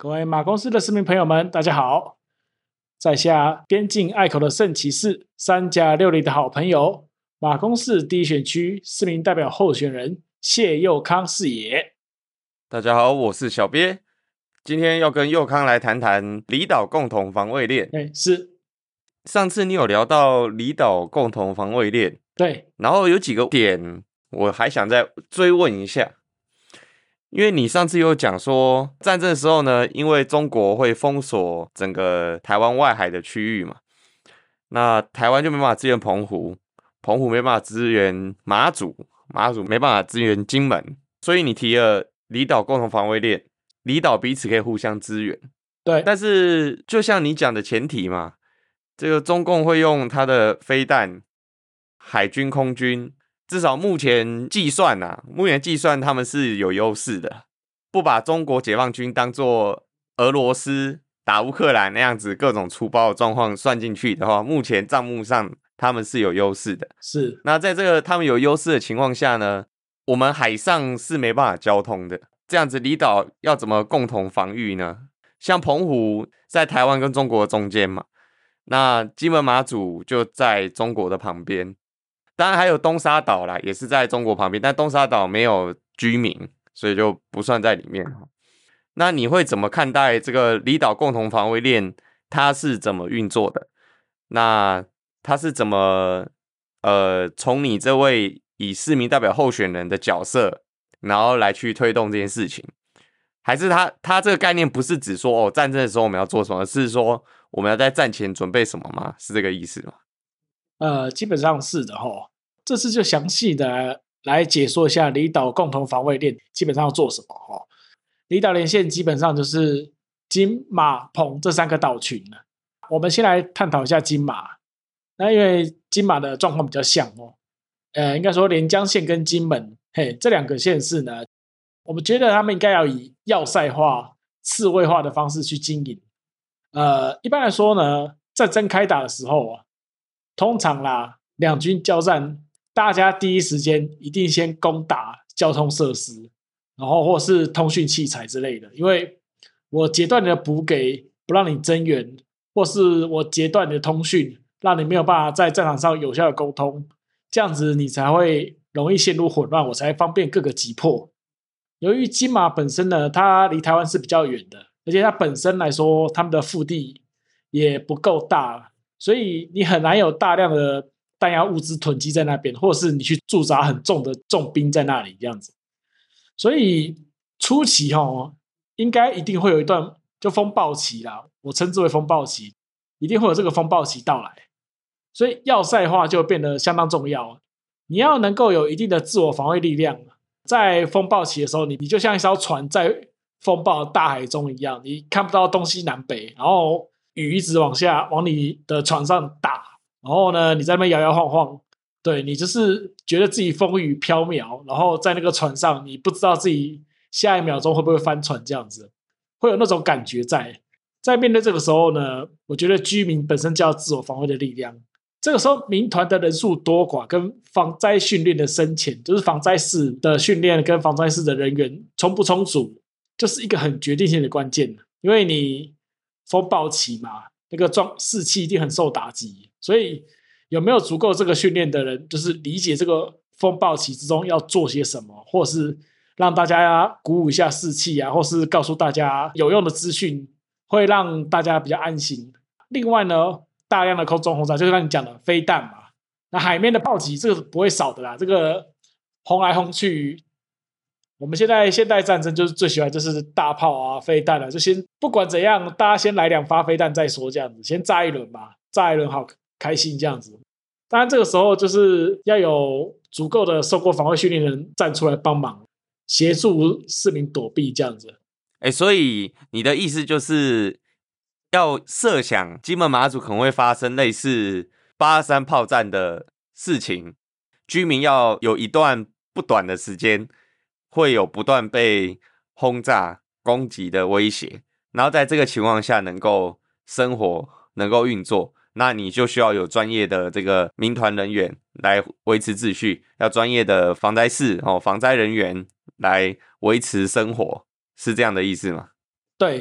各位马公司的市民朋友们，大家好！在下边境隘口的圣骑士3+60的好朋友，马公市第一选区市民代表候选人谢佑康是也。 大家好，我是小鳖，今天要跟佑康来谈谈离岛共同防卫链。 是。 上次你有聊到离岛共同防卫链， 对， 然后有几个点我还想再追问一下。因为你上次有讲说，战争的时候呢，因为中国会封锁整个台湾外海的区域嘛，那台湾就没办法支援澎湖，澎湖没办法支援马祖，马祖没办法支援金门，所以你提了离岛共同防卫链，离岛彼此可以互相支援。 对， 但是就像你讲的前提嘛，这个中共会用它的飞弹、海军、空军。至少目前计算他们是有优势的，不把中国解放军当作俄罗斯打乌克兰那样子各种粗暴的状况算进去的话，目前账目上他们是有优势的。 是。 那在这个他们有优势的情况下呢，我们海上是没办法交通的，这样子离岛要怎么共同防御呢？像澎湖在台湾跟中国中间嘛，那金门马祖就在中国的旁边。当然还有东沙岛啦，也是在中国旁边，但东沙岛没有居民，所以就不算在里面。那你会怎么看待这个离岛共同防卫链？它是怎么运作的？那它是怎么从你这位以市民代表候选人的角色，然后来去推动这件事情？还是它这个概念不是指说战争的时候我们要做什么，是说我们要在战前准备什么吗？是这个意思吗？ 基本上是的齁。这次就详细的来解说一下离岛共同防卫链基本上要做什么齁。离岛连线基本上就是金马澎这3个岛群了。我们先来探讨一下金马。那因为金马的状况比较像应该说连江县跟金门这2个县市呢，我们觉得他们应该要以要塞化、刺猬化的方式去经营。一般来说呢，战争开打的时候通常啦，两军交战，大家第一时间一定先攻打交通设施，然后或是通讯器材之类的，因为我截断你的补给，不让你增援，或是我截断你的通讯，让你没有办法在战场上有效的沟通，这样子你才会容易陷入混乱，我才方便各个击破。由于金马本身呢，它离台湾是比较远的，而且它本身来说，他们的腹地也不够大，所以你很难有大量的弹药物资囤积在那边，或者是你去驻扎很重的重兵在那里这样子。所以初期应该一定会有一段就风暴期啦，我称之为风暴期，一定会有这个风暴期到来。所以要塞化就变得相当重要，你要能够有一定的自我防卫力量，在风暴期的时候，你就像一艘船在风暴的大海中一样，你看不到东西南北，然后雨一直往你的船上打，然后呢，你在那边摇摇晃晃，对，你就是觉得自己风雨飘渺，然后在那个船上，你不知道自己下一秒钟会不会翻船，这样子会有那种感觉在。在面对这个时候呢，我觉得居民本身就要自我防卫的力量。这个时候民团的人数多寡跟防灾训练的深浅，就是防灾室的训练跟防灾室的人员充不充足，就是一个很决定性的关键。因为你风暴期嘛，那个士气一定很受打击，所以有没有足够这个训练的人，就是理解这个风暴期之中要做些什么，或是让大家鼓舞一下士气啊，或是告诉大家有用的资讯，会让大家比较安心。另外呢，大量的空中轰炸，就是刚才你讲的飞弹嘛，那海面的炮击这个不会少的啦，这个轰来轰去，我们现代战争就是最喜欢就是大炮啊、飞弹啊，就先不管怎样，大家先来2发飞弹再说，这样子先炸一轮嘛，炸一轮好开心这样子。当然这个时候就是要有足够的受过防卫训练的人站出来帮忙，协助市民躲避这样子。 所以你的意思就是要设想金门马祖可能会发生类似823炮战的事情，居民要有一段不短的时间会有不断被轰炸攻击的威胁，然后在这个情况下能够生活能够运作，那你就需要有专业的这个民团人员来维持秩序，要专业的防灾室防灾人员来维持生活，是这样的意思吗？ 对，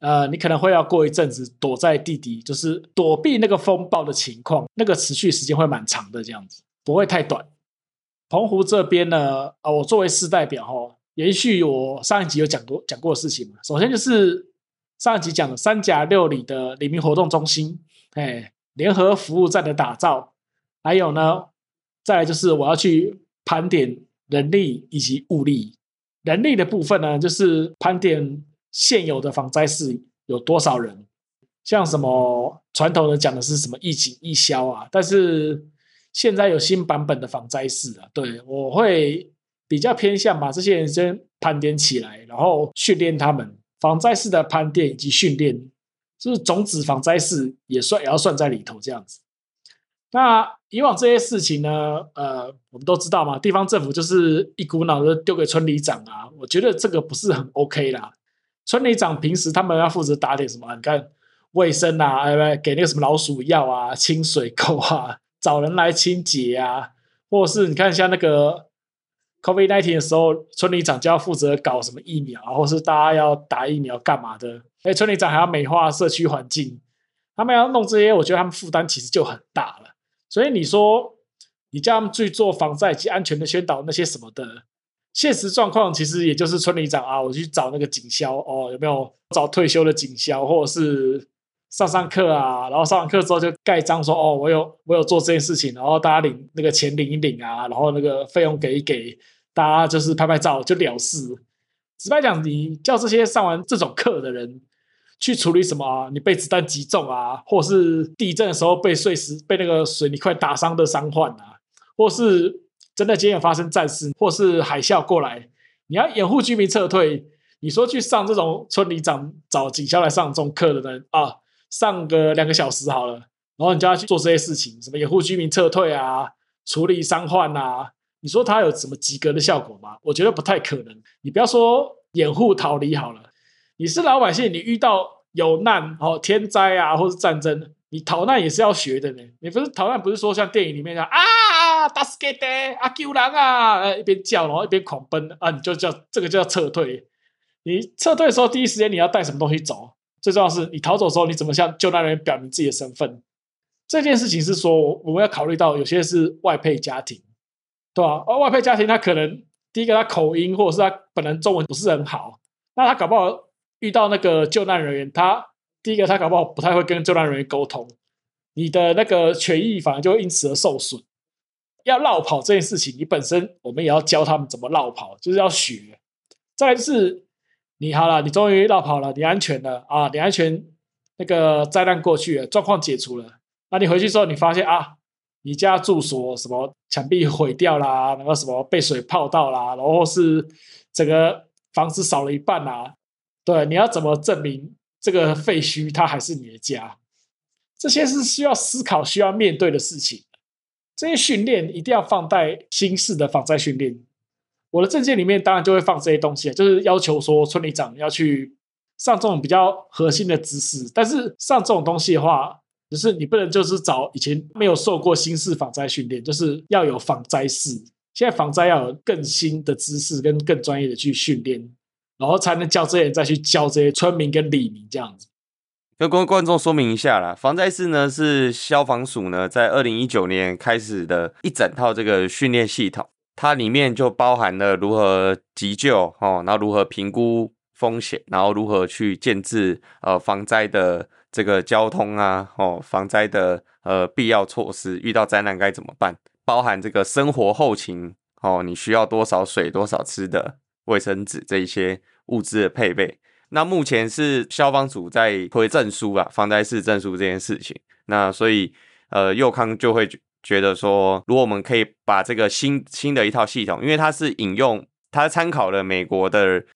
你可能会要过一阵子躲在地底，就是躲避那个风暴的情况，那个持续时间会蛮长的，这样子不会太短。澎湖这边呢，我作为市代表延续我上一集有讲过的事情嘛。首先就是上一集讲的3+6里的里民活动中心，联合服务站的打造，还有呢，再来就是我要去盘点人力以及物力。人力的部分呢，就是盘点现有的防灾室有多少人，像什么传统的讲的是什么义警义消啊，但是现在有新版本的防灾室啊，对，我会比较偏向把这些人先盘点起来，然后训练他们防灾室的盘点以及训练，就是种子防灾室也要算在里头这样子。那以往这些事情呢，我们都知道嘛，地方政府就是一股脑的丢给村里长啊，我觉得这个不是很 OK 啦。村里长平时他们要负责打点什么？你看卫生啊，给那个什么老鼠药啊，清水沟啊，找人来清洁啊，或者是你看像那个 COVID-19 的时候，村里长就要负责搞什么疫苗，或是大家要打疫苗干嘛的？村里长还要美化社区环境，他们要弄这些，我觉得他们负担其实就很大了。所以你说你叫他们去做防灾及安全的宣导那些什么的，现实状况其实也就是村里长啊，我去找那个警消有没有找退休的警消，或者是上课啊，然后上完课之后就盖章说我有做这件事情，然后大家领那个钱领一领啊，然后那个费用给一给，大家就是拍拍照就了事。直白讲，你叫这些上完这种课的人去处理什么啊？你被子弹击中啊，或是地震的时候被那个水泥块打伤的伤患啊，或是真的今天有发生战事，或是海啸过来，你要掩护居民撤退。你说去上这种村里长找警校来上这种课的人啊，上个2个小时好了，然后你就要去做这些事情，什么掩护居民撤退啊，处理伤患啊，你说他有什么及格的效果吗？我觉得不太可能。你不要说掩护逃离好了，你是老百姓，你遇到有难天灾啊，或是战争，你逃难也是要学的呢。你不是逃难，不是说像电影里面打死给的啊救人啊，一边叫然后一边狂奔啊，你就叫这个叫撤退。你撤退的时候，第一时间你要带什么东西走？最重要的是你逃走的时候，你怎么向救难人员表明自己的身份？这件事情是说我们要考虑到有些是外配家庭，对吧？外配家庭他可能第一个他口音或者是他本人中文不是很好，那他搞不好遇到那个救难人员，第一个他搞不好不太会跟救难人员沟通，你的那个权益反而就会因此而受损。要绕跑这件事情，你本身我们也要教他们怎么绕跑，就是要学。再来就是你好了，你终于绕跑了，你安全了啊，你安全，那个灾难过去了，状况解除了，那你回去之后，你发现啊，你家住所什么墙壁毁掉啦，然后什么被水泡到啦，然后是整个房子少了一半啦，对，你要怎么证明这个废墟它还是你的家？这些是需要思考、需要面对的事情。这些训练一定要放在新式的防灾训练。我的政见里面当然就会放这些东西，就是要求说村里长要去上这种比较核心的知识。但是上这种东西的话，就是你不能就是找以前没有受过新式防灾训练，就是要有防灾室。现在防灾要有更新的知识跟更专业的去训练，然后才能叫这些人再去教这些村民跟里民这样子。 跟观众说明一下啦，防灾室呢是消防署呢在2019年开始的一整套这个训练系统，它里面就包含了如何急救然后如何评估风险，然后如何去建制防灾的这个交通啊防灾的必要措施，遇到灾难该怎么办，包含这个生活后勤你需要多少水、多少吃的、卫生纸这一些物资的配备。那目前是消防署在推证书啊，防灾室证书这件事情。那所以佑康就会觉得说，如果我们可以把这个新的一套系统，因为它是它参考了美国的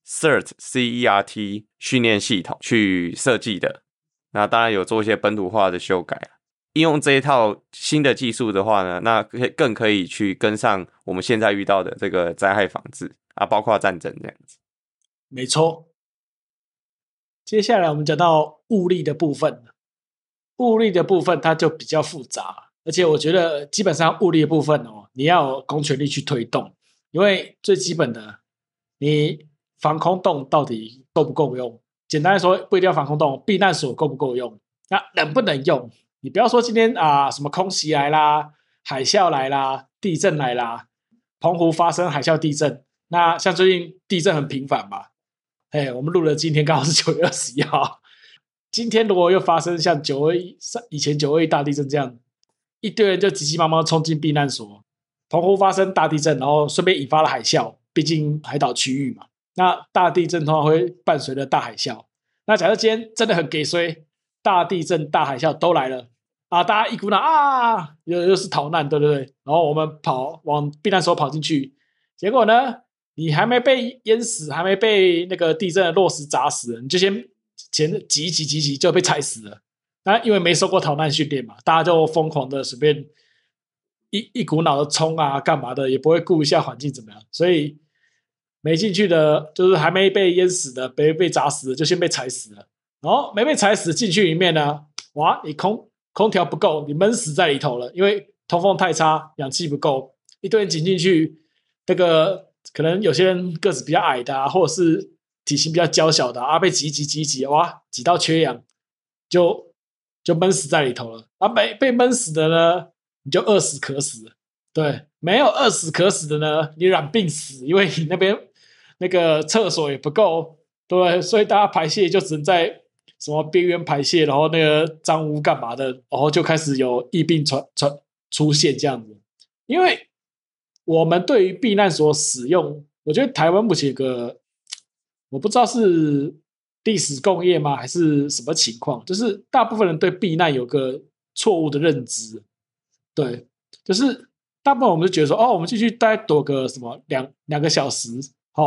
CERT 训练系统去设计的，那当然有做一些本土化的修改。应用这一套新的技术的话呢，那更可以去跟上我们现在遇到的这个灾害防治啊，包括战争这样子。 没错。接下来我们讲到物力的部分，物力的部分它就比较复杂，而且我觉得基本上物力的部分你要有公权力去推动，因为最基本的，你防空洞到底够不够用？ 简单来说，不一定要防空洞，避难所够不够用？那能不能用？你不要说今天什么空袭来啦，海啸来啦，地震来啦，澎湖发生海啸地震，那像最近地震很频繁嘛，我们录了今天刚好是9月21号，今天如果又发生像以前921大地震这样，一堆人就急急忙忙冲进避难所，澎湖发生大地震，然后顺便引发了海啸，毕竟海岛区域嘛，那大地震通常会伴随着大海啸，那假设今天真的很给衰，大地震、大海啸都来了大家一股脑又是逃难，对不对？然后我们往避难所跑进去，结果呢，你还没被淹死，还没被那个地震的落石砸死，你就先挤就被踩死了。那因为没受过逃难训练嘛，大家就疯狂的随便一股脑的冲干嘛的，也不会顾一下环境怎么样，所以没进去的，就是还没被淹死的，被砸死的，就先被踩死了。然后没被踩死进去里面呢，哇，你空调不够，你闷死在里头了，因为通风太差，氧气不够，一堆人挤进去，那个可能有些人个子比较矮的或者是体型比较娇小的被挤，哇，挤到缺氧，就闷死在里头了。被闷死的呢，你就饿死渴死。对，没有饿死渴死的呢，你染病死，因为你那边那个厕所也不够，对，所以大家排泄就只能在什么边缘排泄，然后那个脏污干嘛的，然后就开始有疫病出现这样子。因为我们对于避难所使用，我觉得台湾目前有个我不知道是历史共业吗，还是什么情况，就是大部分人对避难有个错误的认知。对，就是大部分我们就觉得说，我们进去大概躲个什么两个小时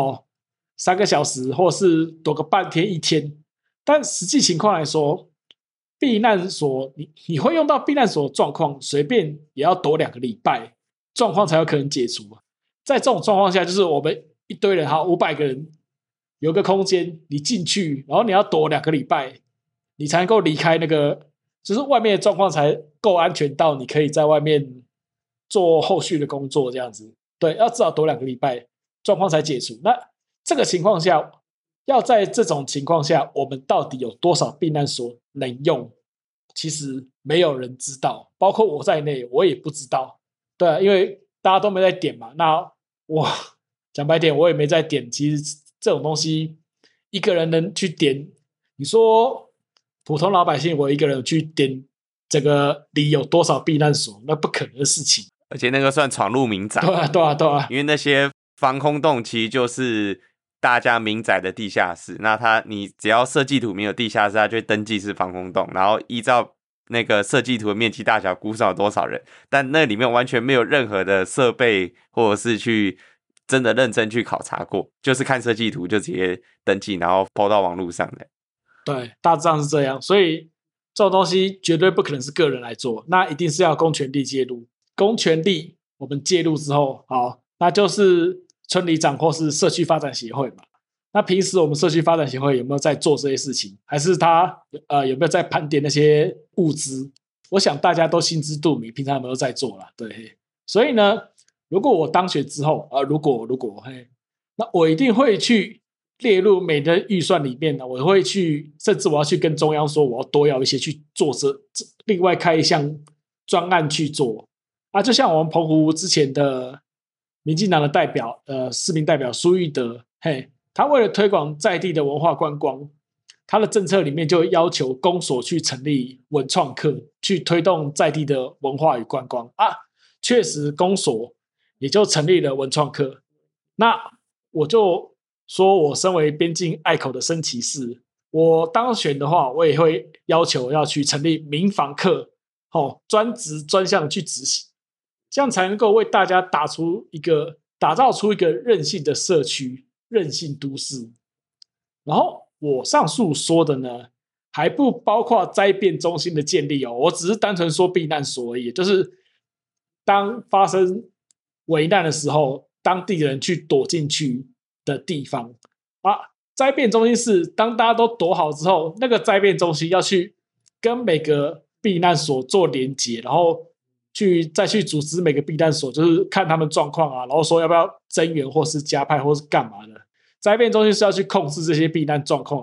，3个小时，或者是躲个半天一天。但实际情况来说，避难所你会用到避难所的状况，随便也要躲2个礼拜，状况才有可能解除。在这种状况下，就是我们一堆人500个人有个空间，你进去，然后你要躲2个礼拜，你才能够离开那个，就是外面的状况才够安全到你可以在外面做后续的工作这样子。对，要至少躲2个礼拜，状况才解除。那这个情况下，要在这种情况下，我们到底有多少避难所能用？其实没有人知道，包括我在内，我也不知道。对啊，因为大家都没在点嘛。那我讲白点，我也没在点。其实这种东西，一个人能去点，你说普通老百姓，我一个人去点这个里有多少避难所，那不可能的事情。 而且那个算闯入民宅。 对啊， 因为那些防空洞其实就是大家民宅的地下室，那你只要设计图没有地下室，它就会登记是防空洞，然后依照那个设计图的面积大小估算有多少人，但那里面完全没有任何的设备或者是去真的认真去考察过，就是看设计图就直接登记，然后 po 到网络上的。 对，大致上是这样，所以这种东西绝对不可能是个人来做，那一定是要公权力介入。公权力我们介入之后，好，那就是村里长或是社区发展协会嘛。那平时我们社区发展协会有没有在做这些事情？还是他有没有在盘点那些物资？我想大家都心知肚明，平常有没有在做啦？对，所以呢，如果我当选之后，如果那我一定会去列入每的预算里面呢，我会去，甚至我要去跟中央说，我要多要一些去做另外开一项专案去做就像我们澎湖之前的民进党的代表，市民代表苏玉德，他为了推广在地的文化观光，他的政策里面就要求公所去成立文创课，去推动在地的文化与观光确实公所也就成立了文创课。那我就说我身为边境隘口的升旗士，我当选的话，我也会要求要去成立民防课，专职专项去执行，这样才能够为大家打造出一个韧性的社区、韧性都市。然后我上述说的呢，还不包括灾变中心的建立我只是单纯说避难所而已，就是当发生危难的时候，当地人去躲进去的地方灾变中心是当大家都躲好之后，那个灾变中心要去跟每个避难所做连结，然后再去组织每个避难所，就是看他们状况然后说要不要增援或是加派或是干嘛的。灾变中心是要去控制这些避难状况的，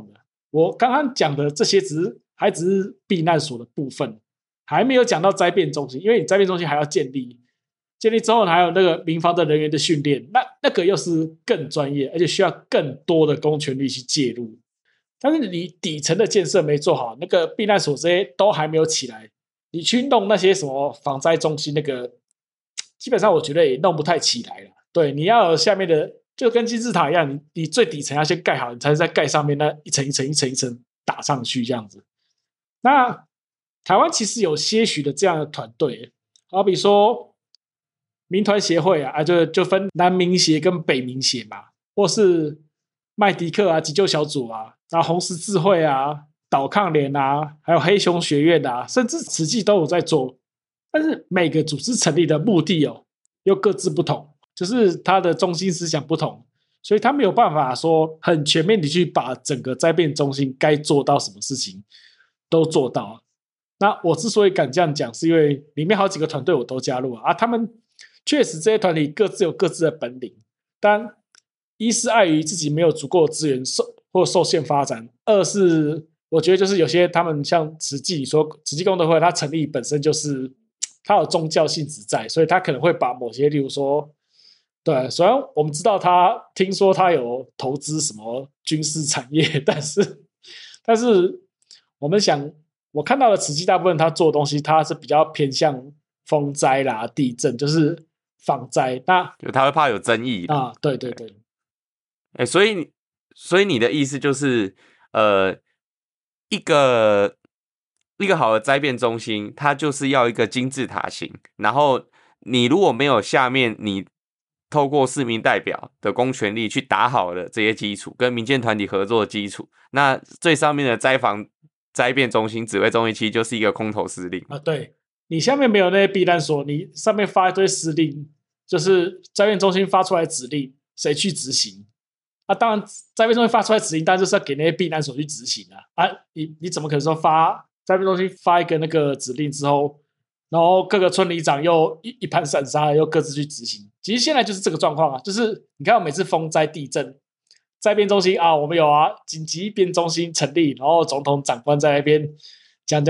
我刚刚讲的这些还只是避难所的部分，还没有讲到灾变中心，因为你灾变中心还要建立，建立之后还有那个民防的人员的训练，那个又是更专业，而且需要更多的公权力去介入。但是你底层的建设没做好，那个避难所这些都还没有起来，你去弄那些什么防灾中心，那个基本上我觉得也弄不太起来了。对，你要有下面的，就跟金字塔一样，你最底层要先盖好，你才能再盖上面那一层一层一层一层打上去这样子。那台湾其实有些许的这样的团队，好比说民团协会啊，就分南民协跟北民协嘛，或是麦迪克啊急救小组啊，然后红十字会啊、岛抗联啊，还有黑熊学院啊，甚至慈济都有在做。但是每个组织成立的目的又各自不同，就是它的中心思想不同，所以他没有办法说很全面的去把整个灾变中心该做到什么事情都做到。那我之所以敢这样讲，是因为里面好几个团队我都加入他们确实这些团体各自有各自的本领，但一是碍于自己没有足够的资源或受限发展，二是我觉得就是有些他们像慈济，你说慈济功德会，它成立本身就是它有宗教性质在，所以它可能会把某些，例如说，对，虽然我们知道听说他有投资什么军事产业，但是我们想，我看到的慈济大部分他做的东西，他是比较偏向风灾啦、地震，就是防灾。那就他会怕有争议啊，对对对。 所以你的意思就是，一个好的灾变中心，它就是要一个金字塔型，然后你如果没有下面你透过市民代表的公权力去打好了这些基础，跟民间团体合作的基础，那最上面的灾变中心、指挥中心其实就是一个空头司令啊。对，你下面没有那些避难所，你上面发一堆司令，就是灾变中心发出来指令，谁去执行？当然，灾变中心发出来指令，当然就是要给那些避难所去执行你怎么可能说灾变中心发一个那个指令之后，然后各个村里长又一盘散沙，又各自去执行？其实现在就是这个状况就是你看，每次风灾、地震，灾变中心我们有紧急变中心成立，然后总统长官在那边讲，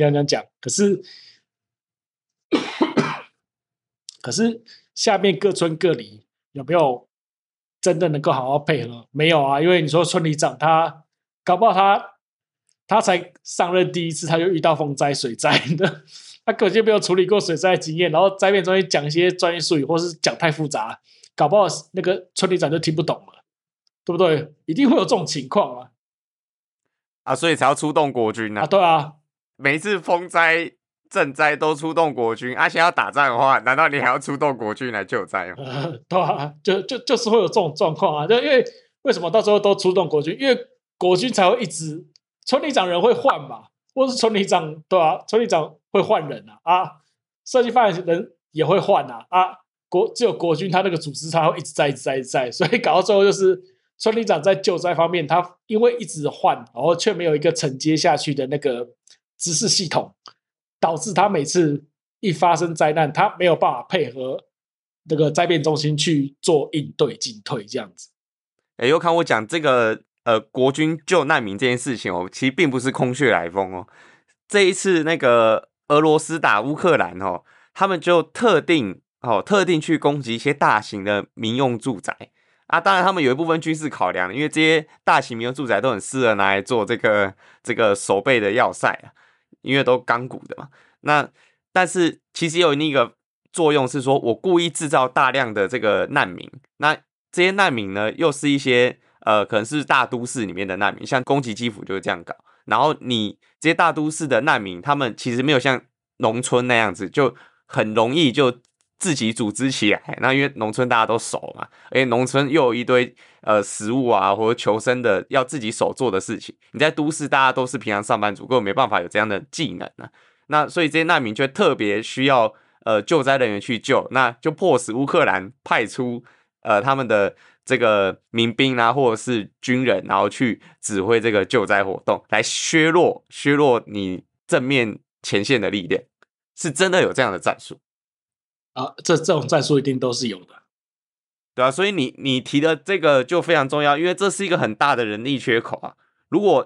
可是下面各村各里有没有真的能够好好配合？没有因为你说村里长他搞不好他才上任第一次，他就遇到风灾、水灾的，他根本就没有处理过水灾的经验，然后灾变中心讲一些专业术语，或是讲太复杂，搞不好那个村里长就听不懂了，对不对？一定会有这种情况所以才要出动国军对啊， 每一次风灾、赈灾都出动国军，现在要打仗的话，难道你还要出动国军来救灾吗？ 对啊，就是会有这种状况就因为为什么到时候都出动国军？因为国军才会一直，村里长人会换嘛，或是村里长对啊，村里长会换人社区发展人也会换只有国军他那个组织他会一直在，所以搞到最后就是村里长在救灾方面，他因为一直换，然后却没有一个承接下去的那个知识系统，导致他每次一发生灾难，他没有办法配合那个灾变中心去做应对进退这样子。 又看我讲这个国军救难民这件事情其实并不是空穴来风这一次那个俄罗斯打乌克兰他们就特定去攻击一些大型的民用住宅当然他们有一部分军事考量，因为这些大型民用住宅都很适合拿来做这个守备的要塞因为都钢骨的嘛。但是其实有另一个作用是说，我故意制造大量的这个难民，那这些难民呢，又是一些可能是大都市里面的难民，像攻击基辅就是这样搞。然后你这些大都市的难民，他们其实没有像农村那样子，就很容易就自己组织起来。那因为农村大家都熟嘛，而且农村又有一堆食物或者求生的要自己手做的事情。你在都市大家都是平常上班族，根本没办法有这样的技能那所以这些难民就特别需要救灾人员去救，那就迫使乌克兰派出他们的这个民兵或者是军人，然后去指挥这个救灾活动，来削弱你正面前线的力量，是真的有这样的战术这种战术一定都是有的， 对所以你提的这个就非常重要，因为这是一个很大的人力缺口如果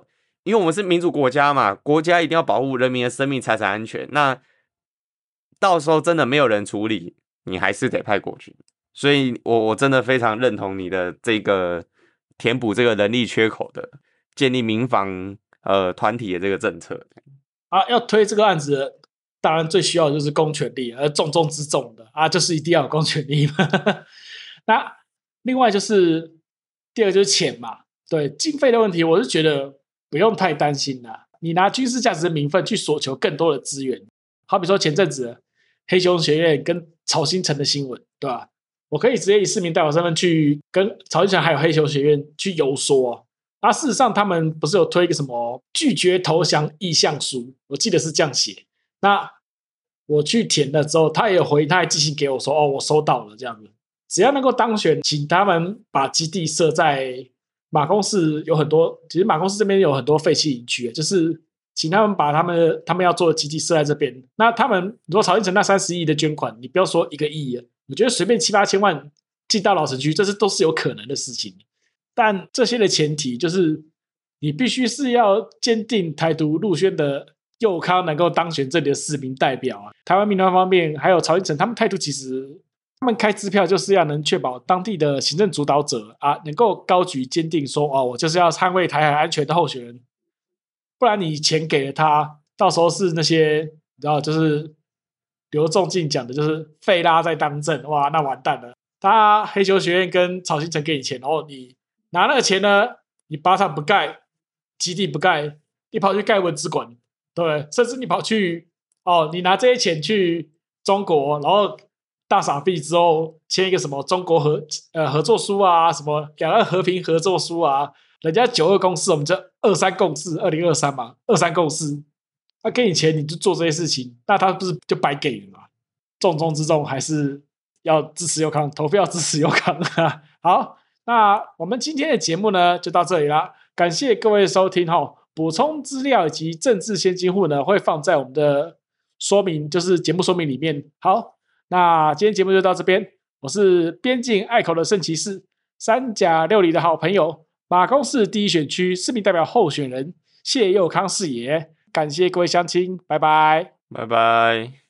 因为我们是民主国家嘛，国家一定要保护人民的生命财产安全。那到时候真的没有人处理，你还是得派国军。所以我真的非常认同你的这个填补这个人力缺口的建立民防团体的这个政策啊。要推这个案子，当然最需要的就是公权力，而重中之重的啊，就是一定要有公权力嘛。那另外就是第二个就是钱嘛，对经费的问题，我是觉得不用太担心啦。你拿军事价值的名分去索求更多的资源，好比说前阵子黑熊学院跟曹新成的新闻，对吧？我可以直接以市民代表身份去跟曹新成还有黑熊学院去游说。那事实上，他们不是有推一个什么拒绝投降意向书？我记得是这样写。那我去填了之后，他也有回，他还寄信给我说：“哦，我收到了。”这样子，只要能够当选，请他们把基地设在马公市，有很多，其实马公市这边有很多废弃营区，就是请他们把他们要做的基地设在这边。那他们如果曹新成那30亿的捐款，你不要说1个亿，我觉得随便7、8千万进到老城区，这都是有可能的事情。但这些的前提就是你必须是要坚定台独陆宣的佑康能够当选这里的市民代表啊。台湾民团方面还有曹新成，他们态度其实他们开支票就是要能确保当地的行政主导者啊能够高举坚定说哦，我就是要捍卫台海安全的候选人，不然你钱给了他，到时候是那些你知道就是刘仲敬讲的就是费拉在当政，哇，那完蛋了。他黑球学院跟曹新成给你钱，然后你拿那个钱呢，你靶场不盖，基地不盖，你跑去盖文资馆，对不对？甚至你跑去你拿这些钱去中国，然后大撒币之后签一个什么中国合作书啊，什么两岸和平合作书啊，人家92共识，我们这23共识，2023嘛，23共识，他给你钱你就做这些事情，那他不是就白给了吗？重中之重还是要支持佑康，投票支持佑康啊！好，那我们今天的节目呢就到这里啦，感谢各位收听哈。补充资料以及政治先金户呢会放在我们的说明，就是节目说明里面。好，那今天节目就到这边，我是边境隘口的圣骑士，3甲6里的好朋友，马公市第1选区市民代表候选人谢佑康是也。感谢各位乡亲，拜拜， 拜拜。